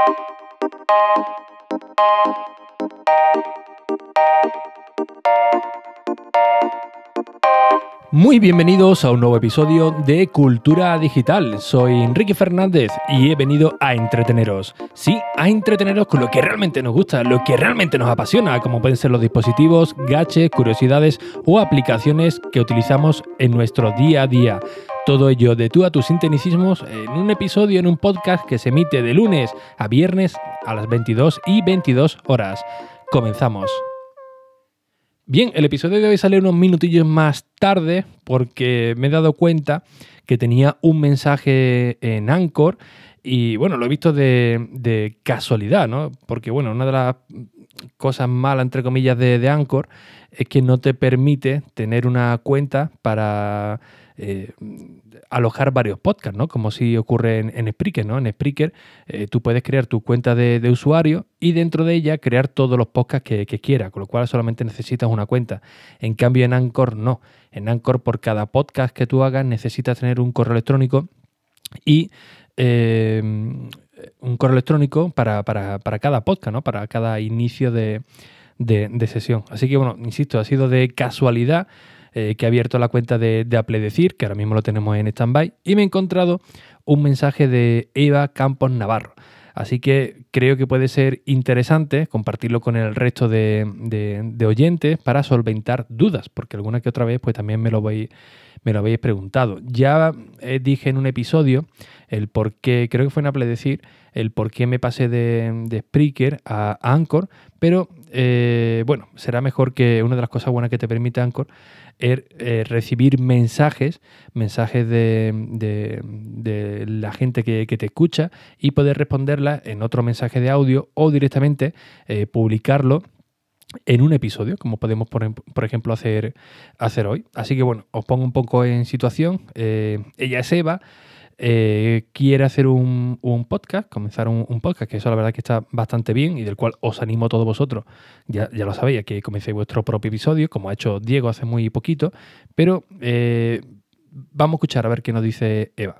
Muy bienvenidos a un nuevo episodio de Cultura Digital. Soy Enrique Fernández y he venido a entreteneros. Sí, a entreteneros con lo que realmente nos gusta, lo que realmente nos apasiona, como pueden ser los dispositivos, gadgets, curiosidades o aplicaciones que utilizamos en nuestro día a día. Todo ello de tú a tus sintonicismos en un episodio, en un podcast que se emite de lunes a viernes a las 22:22 horas. Comenzamos. Bien, el episodio de hoy sale unos minutillos más tarde porque me he dado cuenta que tenía un mensaje en Anchor y bueno, lo he visto de casualidad, ¿no? Porque bueno, una de las cosas malas, entre comillas, de Anchor es que no te permite tener una cuenta para alojar varios podcasts, ¿no? Como si ocurre en Spreaker, ¿no? En Spreaker tú puedes crear tu cuenta de usuario y dentro de ella crear todos los podcasts que quieras, con lo cual solamente necesitas una cuenta. En cambio en Anchor no. En Anchor por cada podcast que tú hagas necesitas tener un correo electrónico y un correo electrónico para cada podcast, ¿no? Para cada inicio de sesión. Así que bueno, insisto, ha sido de casualidad que he abierto la cuenta de Apple Decir, que ahora mismo lo tenemos en stand-by, y me he encontrado un mensaje de Eva Campos Navarro. Así que creo que puede ser interesante compartirlo con el resto de oyentes para solventar dudas, porque alguna que otra vez pues también me lo habéis preguntado. Ya dije en un episodio el por qué, creo que fue en Apple Decir, el por qué me pasé de Spreaker a Anchor, pero bueno, será mejor que una de las cosas buenas que te permite Anchor es recibir mensajes de la gente que te escucha y poder responderla en otro mensaje de audio o directamente publicarlo en un episodio, como podemos, por ejemplo, hacer hoy. Así que bueno, os pongo un poco en situación. Ella es Eva. Quiere hacer un podcast, comenzar un podcast, que eso la verdad que está bastante bien y del cual os animo a todos vosotros, ya lo sabéis, a que comencéis vuestro propio episodio, como ha hecho Diego hace muy poquito, pero vamos a escuchar a ver qué nos dice Eva.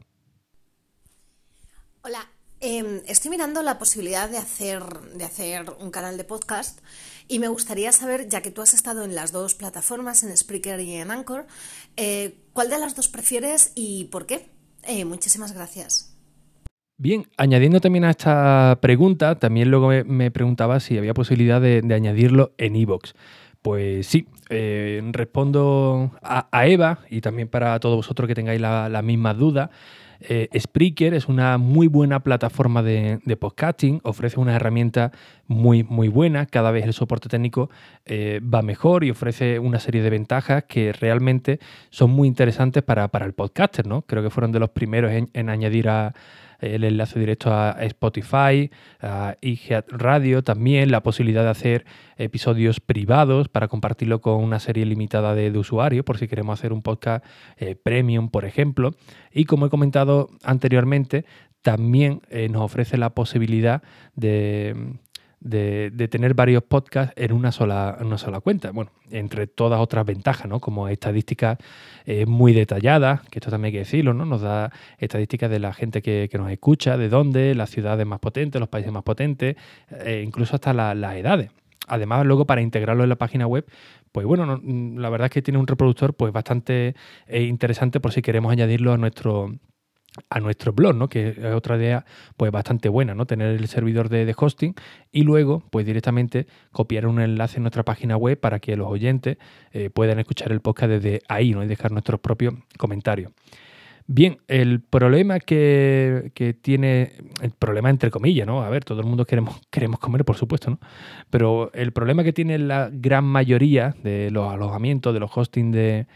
Hola, estoy mirando la posibilidad de hacer un canal de podcast y me gustaría saber, ya que tú has estado en las dos plataformas, en Spreaker y en Anchor, ¿cuál de las dos prefieres y por qué? Muchísimas gracias. Bien, añadiendo también a esta pregunta, también luego me preguntaba si había posibilidad de añadirlo en iVoox. Pues sí, respondo a Eva y también para todos vosotros que tengáis la misma duda. Spreaker es una muy buena plataforma de podcasting, ofrece una herramienta muy buena, cada vez el soporte técnico va mejor y ofrece una serie de ventajas que realmente son muy interesantes para el podcaster, ¿no? Creo que fueron de los primeros en añadir el enlace directo a Spotify, a iHeart Radio también, la posibilidad de hacer episodios privados para compartirlo con una serie limitada de usuarios, por si queremos hacer un podcast premium, por ejemplo. Y como he comentado anteriormente, también nos ofrece la posibilidad de tener varios podcasts en una sola cuenta. Bueno, entre todas otras ventajas, ¿no? Como estadísticas muy detalladas, que esto también hay que decirlo, ¿no? Nos da estadísticas de la gente que nos escucha, de dónde, las ciudades más potentes, los países más potentes, incluso hasta las edades. Además, luego para integrarlo en la página web, pues bueno, la verdad es que tiene un reproductor pues bastante interesante por si queremos añadirlo a nuestro blog, ¿no? Que es otra idea pues bastante buena, ¿no? Tener el servidor de hosting y luego pues directamente copiar un enlace en nuestra página web para que los oyentes puedan escuchar el podcast desde ahí, ¿no? Y dejar nuestros propios comentarios. Bien, el problema que tiene, el problema entre comillas, ¿no? A ver, todo el mundo queremos comer, por supuesto, ¿no? Pero el problema que tiene la gran mayoría de los alojamientos, de los hosting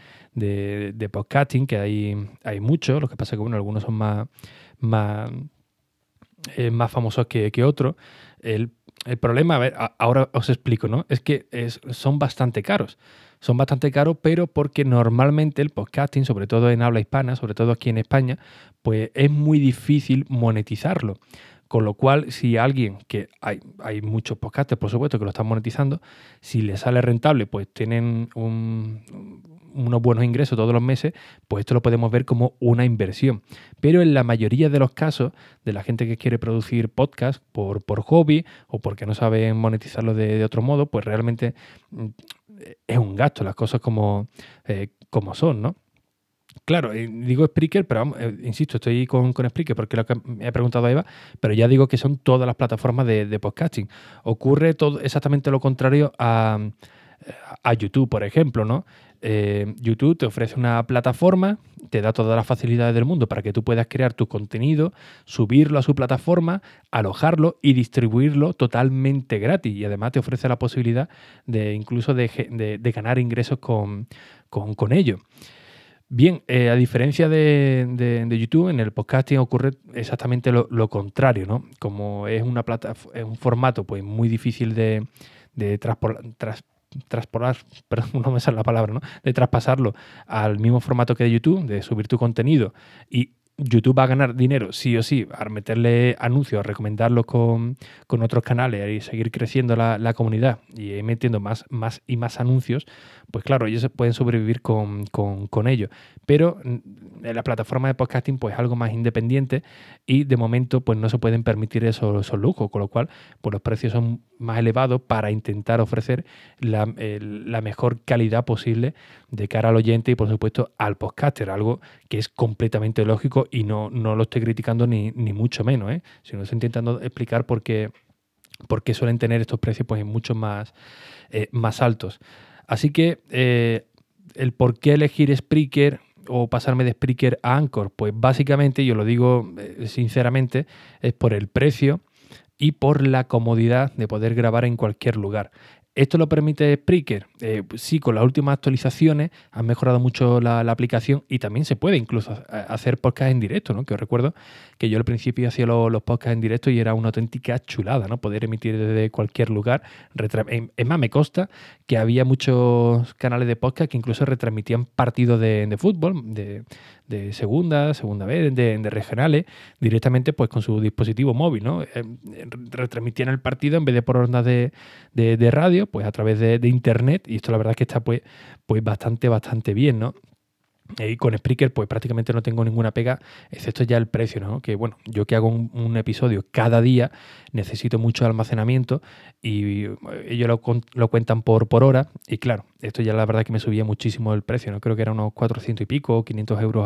de podcasting, que hay muchos, lo que pasa es que bueno, algunos son más famosos que otros. El problema, a ver, ahora os explico, ¿no? Es que son bastante caros. Son bastante caros, pero porque normalmente el podcasting, sobre todo en habla hispana, sobre todo aquí en España, pues es muy difícil monetizarlo. Con lo cual, si alguien, que hay muchos podcasters, por supuesto, que lo están monetizando, si les sale rentable, pues tienen unos buenos ingresos todos los meses, pues esto lo podemos ver como una inversión. Pero en la mayoría de los casos, de la gente que quiere producir podcast por hobby o porque no saben monetizarlo de otro modo, pues realmente es un gasto, las cosas como son, ¿no? Claro, digo Spreaker, pero vamos, insisto, estoy con Spreaker porque lo que me ha preguntado Eva, pero ya digo que son todas las plataformas de podcasting. Ocurre todo exactamente lo contrario a YouTube, por ejemplo, ¿no? YouTube te ofrece una plataforma, te da todas las facilidades del mundo para que tú puedas crear tu contenido, subirlo a su plataforma, alojarlo y distribuirlo totalmente gratis. Y además te ofrece la posibilidad de incluso de ganar ingresos con ello. Bien, a diferencia de YouTube, en el podcasting ocurre exactamente lo contrario, ¿no? Como es es un formato pues muy difícil de transportar, perdón, no me sale la palabra, ¿no? De traspasarlo al mismo formato que de YouTube, de subir tu contenido, y YouTube va a ganar dinero sí o sí al meterle anuncios, a recomendarlos con otros canales y seguir creciendo la comunidad y ir metiendo más y más anuncios, pues claro, ellos pueden sobrevivir con ello. Pero en la plataforma de podcasting pues es algo más independiente y de momento pues no se pueden permitir esos lujos, con lo cual pues los precios son más elevados para intentar ofrecer la mejor calidad posible de cara al oyente y por supuesto al podcaster, algo que es completamente lógico y no lo estoy criticando ni mucho menos, sino estoy intentando explicar por qué suelen tener estos precios pues mucho más altos. Así que el por qué elegir Spreaker o pasarme de Spreaker a Anchor, pues básicamente, yo lo digo sinceramente, es por el precio y por la comodidad de poder grabar en cualquier lugar. ¿Esto lo permite Spreaker? Sí, con las últimas actualizaciones han mejorado mucho la aplicación y también se puede incluso hacer podcast en directo, ¿no? Que os recuerdo que yo al principio hacía los podcasts en directo y era una auténtica chulada, ¿no? Poder emitir desde cualquier lugar. Es más, me consta que había muchos canales de podcast que incluso retransmitían partidos de fútbol, de segunda vez, de regionales, directamente pues con su dispositivo móvil, ¿no? Retransmitían el partido en vez de por ondas de radio, pues a través de internet, y esto la verdad es que está pues bastante bien, ¿no? Y con Spreaker pues prácticamente no tengo ninguna pega, excepto ya el precio, ¿no? Que bueno, yo que hago un episodio cada día necesito mucho almacenamiento y ellos lo cuentan por hora y claro, esto ya la verdad que me subía muchísimo el precio, ¿no? Creo que era unos 400 y pico, 500 euros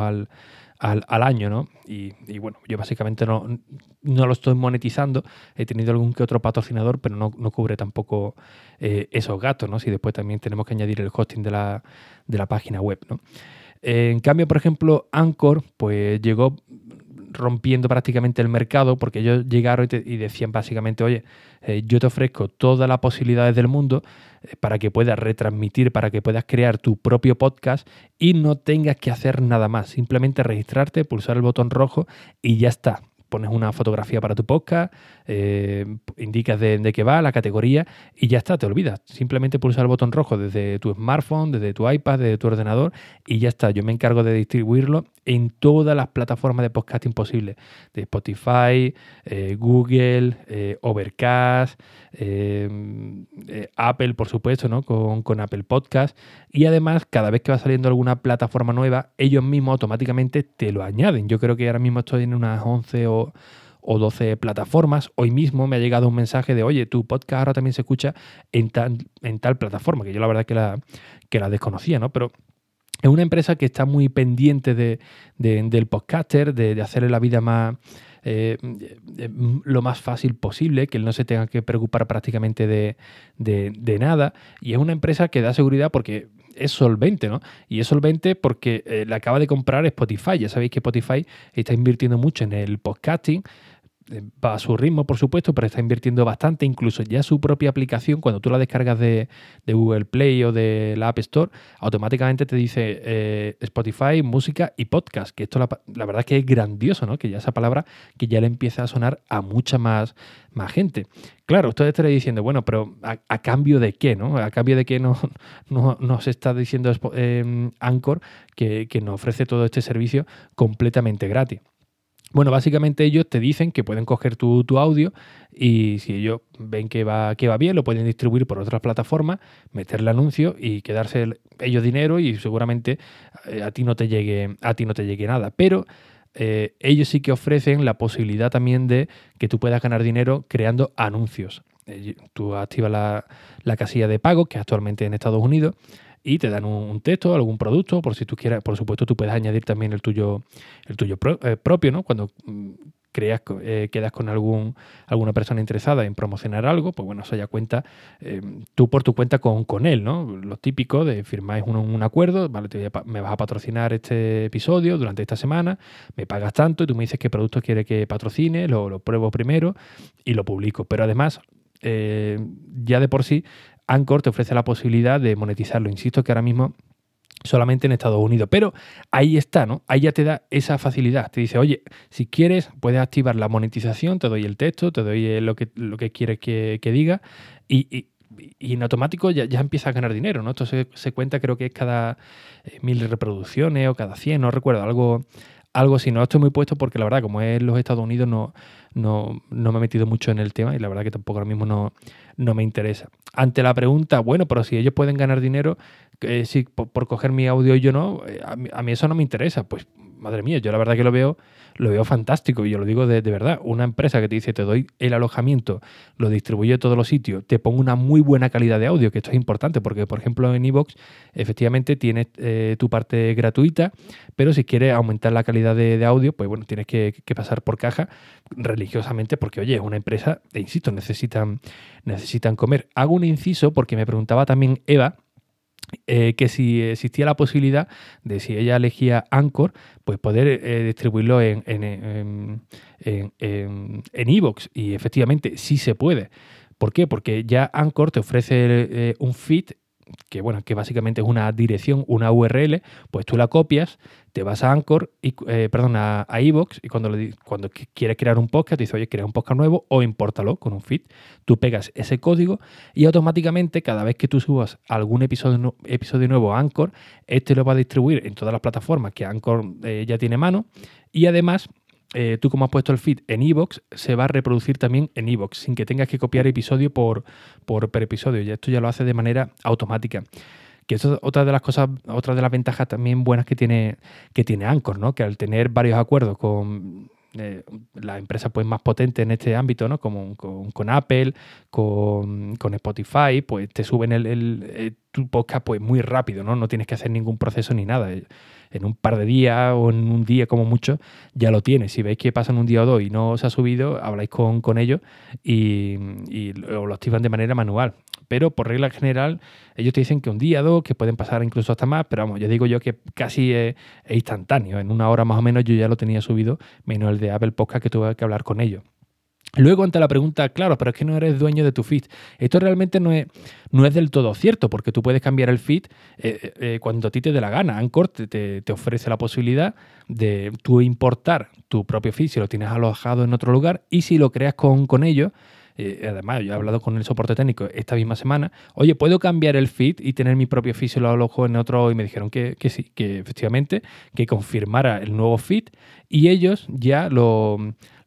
al año, ¿no? Y bueno, yo básicamente no lo estoy monetizando, he tenido algún que otro patrocinador, pero no cubre tampoco esos gastos, ¿no? Si después también tenemos que añadir el hosting de la página web, ¿no? En cambio, por ejemplo, Anchor pues llegó rompiendo prácticamente el mercado porque ellos llegaron y decían básicamente, oye, yo te ofrezco todas las posibilidades del mundo para que puedas retransmitir, para que puedas crear tu propio podcast y no tengas que hacer nada más. Simplemente registrarte, pulsar el botón rojo y ya está. Pones una fotografía para tu podcast, indicas de qué va, la categoría y ya está, te olvidas. Simplemente pulsar el botón rojo desde tu smartphone, desde tu iPad, desde tu ordenador y ya está. Yo me encargo de distribuirlo en todas las plataformas de podcasting posibles. De Spotify, Google, Overcast, Apple, por supuesto, ¿no? Con Apple Podcast. Y además, cada vez que va saliendo alguna plataforma nueva, ellos mismos automáticamente te lo añaden. Yo creo que ahora mismo estoy en unas 11 o 12 plataformas. Hoy mismo me ha llegado un mensaje de, oye, tu podcast ahora también se escucha en tal plataforma, que yo la verdad que la desconocía, ¿no? Pero es una empresa que está muy pendiente del podcaster, de hacerle la vida más lo más fácil posible, que él no se tenga que preocupar prácticamente de nada. Y es una empresa que da seguridad porque es solvente, ¿no? Y es solvente porque la acaba de comprar Spotify. Ya sabéis que Spotify está invirtiendo mucho en el podcasting. Va a su ritmo, por supuesto, pero está invirtiendo bastante. Incluso ya su propia aplicación, cuando tú la descargas de Google Play o de la App Store, automáticamente te dice Spotify, música y podcast. Que esto la verdad es que es grandioso, ¿no? Que ya esa palabra que ya le empieza a sonar a mucha más gente. Claro, usted estaría diciendo, bueno, pero ¿a cambio de qué, no? ¿A cambio de qué nos está diciendo Anchor que nos ofrece todo este servicio completamente gratis? Bueno, básicamente ellos te dicen que pueden coger tu audio y si ellos ven que va bien, lo pueden distribuir por otras plataformas, meterle anuncio y quedarse ellos dinero y seguramente a ti no te llegue nada. Pero ellos sí que ofrecen la posibilidad también de que tú puedas ganar dinero creando anuncios. Tú activas la casilla de pago, que actualmente en Estados Unidos, y te dan un texto, algún producto, por si tú quieras. Por supuesto, tú puedes añadir también el tuyo propio, ¿no? Cuando quedas con alguna persona interesada en promocionar algo, pues bueno, eso ya cuenta tú por tu cuenta con él, ¿no? Lo típico de firmáis un acuerdo, vale, me vas a patrocinar este episodio durante esta semana, me pagas tanto y tú me dices qué producto quieres que patrocine, lo pruebo primero y lo publico. Pero además, ya de por sí, Anchor te ofrece la posibilidad de monetizarlo. Insisto que ahora mismo solamente en Estados Unidos, pero ahí está, ¿no? Ahí ya te da esa facilidad. Te dice, oye, si quieres, puedes activar la monetización, te doy el texto, te doy lo que quieres que diga y en automático ya empiezas a ganar dinero, ¿no? Esto se cuenta, creo que es cada 1000 reproducciones o cada 100, no recuerdo, algo así. No estoy muy puesto porque la verdad, como es los Estados Unidos, no me he metido mucho en el tema y la verdad que tampoco ahora mismo no me interesa. Ante la pregunta, bueno, pero si ellos pueden ganar dinero, si por coger mi audio y yo no, a mí eso no me interesa. Pues madre mía, yo la verdad que lo veo fantástico y yo lo digo de verdad. Una empresa que te dice, te doy el alojamiento, lo distribuyo a todos los sitios, te pongo una muy buena calidad de audio, que esto es importante porque, por ejemplo, en iVoox efectivamente tienes tu parte gratuita, pero si quieres aumentar la calidad de audio, pues bueno, tienes que pasar por caja religiosamente porque, oye, es una empresa, e insisto, necesitan comer. Hago un inciso porque me preguntaba también Eva que si existía la posibilidad de, si ella elegía Anchor, pues poder distribuirlo en iVoox. Y efectivamente sí se puede. ¿Por qué? Porque ya Anchor te ofrece un feed que básicamente es una dirección, una URL, pues tú la copias, te vas a Anchor, a iVoox, y cuando quieres crear un podcast, te dice, oye, crea un podcast nuevo o impórtalo con un feed. Tú pegas ese código y automáticamente cada vez que tú subas algún episodio nuevo a Anchor, este lo va a distribuir en todas las plataformas que Anchor ya tiene a mano y además tú como has puesto el feed en iVoox, se va a reproducir también en iVoox, sin que tengas que copiar episodio por episodio. Y esto ya lo hace de manera automática. Que eso es otra de las cosas, otra de las ventajas también buenas que tiene Anchor, ¿no? Que al tener varios acuerdos con las empresas pues más potentes en este ámbito, ¿no? Como con Apple, con Spotify, pues te suben tu podcast pues muy rápido, ¿no? No tienes que hacer ningún proceso ni nada. En un par de días o en un día como mucho ya lo tienes. Si veis que pasan un día o dos y no se ha subido, habláis con ellos y lo activan de manera manual. Pero por regla general, ellos te dicen que un día, dos, que pueden pasar incluso hasta más, pero vamos, ya digo yo que casi es instantáneo. En una hora más o menos yo ya lo tenía subido, menos el de Apple Podcast que tuve que hablar con ellos. Luego, ante la pregunta, claro, pero es que no eres dueño de tu feed. Esto realmente no es del todo cierto, porque tú puedes cambiar el feed cuando a ti te dé la gana. Anchor te ofrece la posibilidad de tú importar tu propio feed si lo tienes alojado en otro lugar y si lo creas con ellos. Además, yo he hablado con el soporte técnico esta misma semana. Oye, ¿puedo cambiar el feed y tener mi propio feed si lo alojo en otro? Y me dijeron que sí, que efectivamente, que confirmara el nuevo feed y ellos ya lo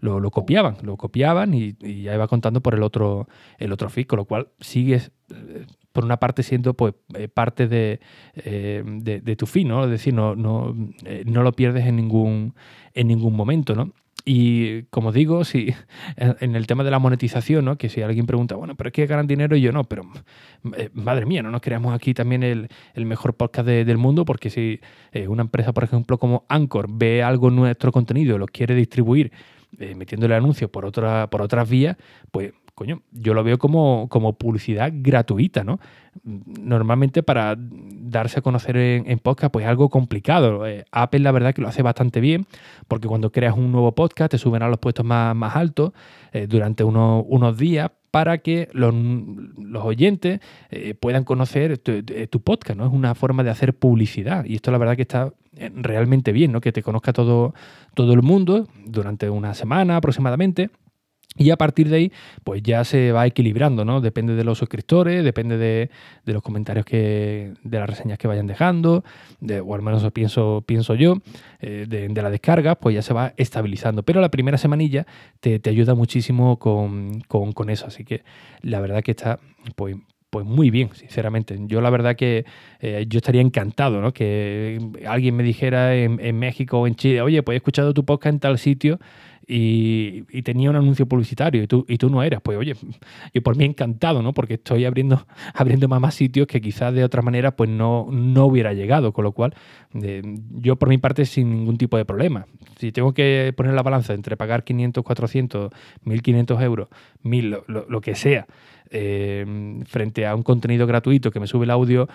copiaban y ya iba contando por el otro feed, con lo cual sigues por una parte siendo pues parte de tu feed, ¿no? Es decir, no lo pierdes en ningún momento, ¿no? Y como digo, si en el tema de la monetización, ¿no? Que si alguien pregunta, bueno, pero es que ganan dinero y yo no, pero madre mía, no nos creamos aquí también el mejor podcast del mundo, porque si una empresa, por ejemplo, como Anchor ve algo en nuestro contenido, lo quiere distribuir metiéndole anuncios por otras vías, pues coño, yo lo veo como publicidad gratuita, ¿no? Normalmente para darse a conocer en podcast, pues es algo complicado. Apple, la verdad, que lo hace bastante bien, porque cuando creas un nuevo podcast te suben a los puestos más altos durante unos días para que los oyentes puedan conocer tu podcast, ¿no? Es una forma de hacer publicidad y esto la verdad que está realmente bien, ¿no? Que te conozca todo el mundo durante una semana aproximadamente. Y a partir de ahí, pues ya se va equilibrando, ¿no? Depende de los suscriptores, depende de los comentarios de las reseñas que vayan dejando, o al menos eso pienso yo, de las descargas, pues ya se va estabilizando. Pero la primera semanilla te ayuda muchísimo con eso. Así que la verdad que está, pues muy bien, sinceramente. Yo la verdad que yo estaría encantado, ¿no? Que alguien me dijera en México o en Chile, oye, pues he escuchado tu podcast en tal sitio y tenía un anuncio publicitario y tú no eras. Pues oye, yo por mí encantado, ¿no? Porque estoy abriendo más sitios que quizás de otra manera pues no hubiera llegado, con lo cual yo por mi parte sin ningún tipo de problema. Si tengo que poner la balanza entre pagar 500, 400, 1.500 euros, 1.000, lo que sea, frente a un contenido gratuito que me sube el audio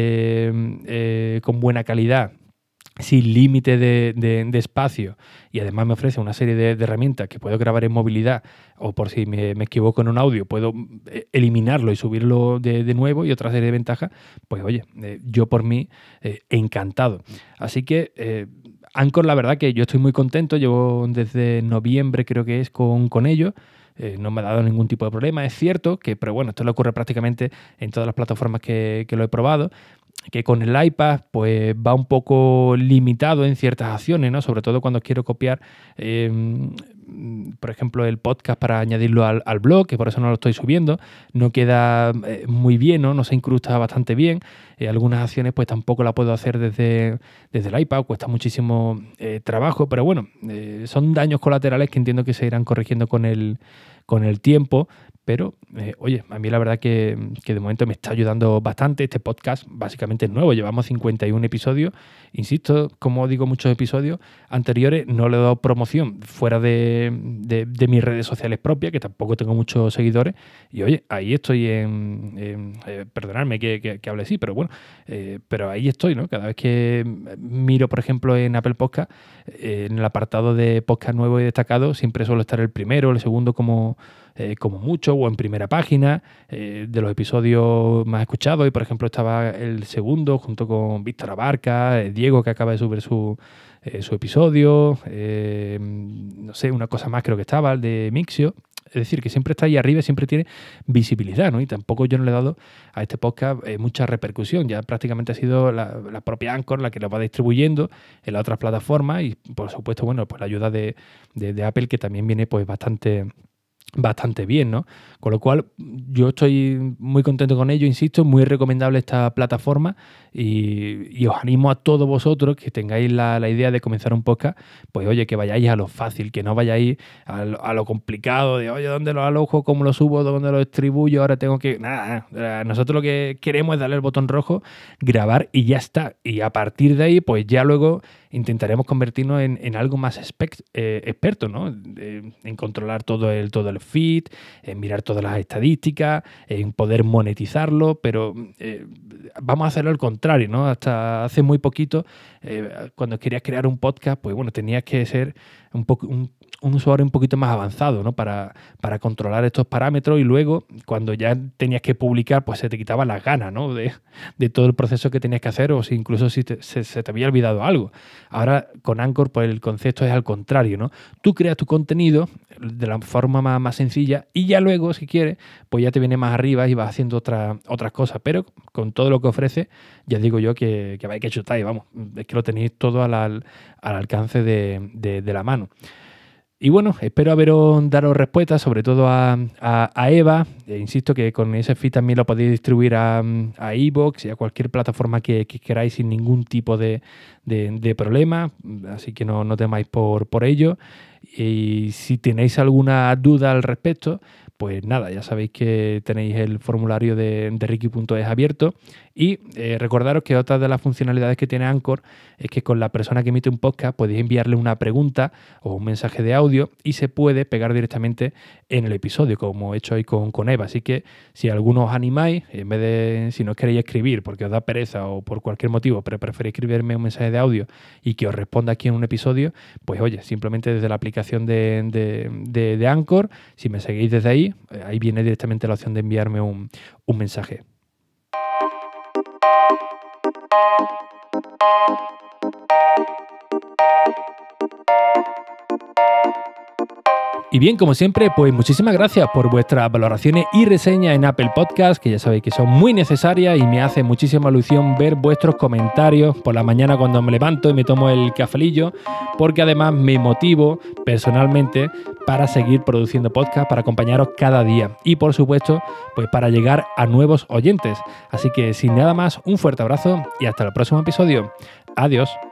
con buena calidad, sin límite de espacio, y además me ofrece una serie de herramientas que puedo grabar en movilidad, o por si me equivoco en un audio puedo eliminarlo y subirlo de nuevo, y otra serie de ventajas, pues oye, yo por mí encantado. Así que Anchor, la verdad que yo estoy muy contento, llevo desde noviembre creo que es con ellos. No me ha dado ningún tipo de problema, es cierto que, pero bueno, esto le ocurre prácticamente en todas las plataformas que lo he probado, que con el iPad pues va un poco limitado en ciertas acciones, ¿no? Sobre todo cuando quiero copiar, por ejemplo, el podcast para añadirlo al blog, que por eso no lo estoy subiendo, no queda muy bien, ¿no? No se incrusta bastante bien. Algunas acciones pues tampoco la puedo hacer desde el iPad, cuesta muchísimo trabajo, pero bueno, son daños colaterales que entiendo que se irán corrigiendo con el tiempo. Pero, oye, a mí la verdad que de momento me está ayudando bastante. Este podcast básicamente es nuevo, llevamos 51 episodios. Insisto, como digo, muchos episodios anteriores no le he dado promoción fuera de mis redes sociales propias, que tampoco tengo muchos seguidores. Y oye, ahí estoy perdonadme que hable así, pero bueno, pero ahí estoy, ¿no? Cada vez que miro, por ejemplo, en Apple Podcast, en el apartado de podcast nuevo y destacado, siempre suelo estar el primero, el segundo como mucho, o en primera página de los episodios más escuchados. Y por ejemplo estaba el segundo junto con Víctor Abarca, Diego, que acaba de subir su episodio, no sé, una cosa más creo que estaba, el de Mixio. Es decir, que siempre está ahí arriba, siempre tiene visibilidad, ¿no? Y tampoco yo no le he dado a este podcast mucha repercusión. Ya prácticamente ha sido la propia Anchor la que lo va distribuyendo en las otras plataformas, y por supuesto, bueno, pues la ayuda de Apple, que también viene pues bastante bien, ¿no? Con lo cual yo estoy muy contento con ello, insisto, muy recomendable esta plataforma, y os animo a todos vosotros que tengáis la idea de comenzar un podcast, pues oye, que vayáis a lo fácil, que no vayáis a lo complicado de, oye, ¿dónde lo alojo? ¿Cómo lo subo? ¿Dónde lo distribuyo? Ahora tengo que... Nada. Nosotros lo que queremos es darle el botón rojo, grabar y ya está. Y a partir de ahí, pues ya luego intentaremos convertirnos en algo más experto, ¿no? En controlar todo el feed, en mirar todas las estadísticas, en poder monetizarlo, pero vamos a hacerlo al contrario, ¿no? Hasta hace muy poquito, cuando querías crear un podcast, pues bueno, tenías que ser un usuario un poquito más avanzado, ¿no? Para controlar estos parámetros, y luego cuando ya tenías que publicar, pues se te quitaban las ganas, ¿no? De todo el proceso que tenías que hacer, o si incluso si se te había olvidado algo. Ahora con Anchor pues el concepto es al contrario, ¿no? Tú creas tu contenido de la forma más sencilla, y ya luego, si quieres, pues ya te viene más arriba y vas haciendo otras cosas, pero con todo lo que ofrece, ya digo yo que vais que chutáis, vamos, es que lo tenéis todo al alcance de la mano. Y bueno, espero daros respuestas, sobre todo a Eva. Insisto que con ese feed también lo podéis distribuir a iVoox y a cualquier plataforma que queráis sin ningún tipo de problema. Así que no temáis por ello. Y si tenéis alguna duda al respecto, pues nada, ya sabéis que tenéis el formulario de Ricky.es abierto. Y recordaros que otra de las funcionalidades que tiene Anchor es que con la persona que emite un podcast podéis enviarle una pregunta o un mensaje de audio, y se puede pegar directamente en el episodio, como he hecho hoy con Eva. Así que si alguno os animáis, en vez de, si no queréis escribir porque os da pereza o por cualquier motivo, pero preferís escribirme un mensaje de audio y que os responda aquí en un episodio, pues oye, simplemente desde la aplicación de Anchor, si me seguís desde ahí, ahí viene directamente la opción de enviarme un mensaje. Y bien, como siempre, pues muchísimas gracias por vuestras valoraciones y reseñas en Apple Podcast, que ya sabéis que son muy necesarias y me hace muchísima ilusión ver vuestros comentarios por la mañana cuando me levanto y me tomo el cafelillo, porque además me motivo personalmente para seguir produciendo podcast, para acompañaros cada día y, por supuesto, pues para llegar a nuevos oyentes. Así que sin nada más, un fuerte abrazo y hasta el próximo episodio. Adiós.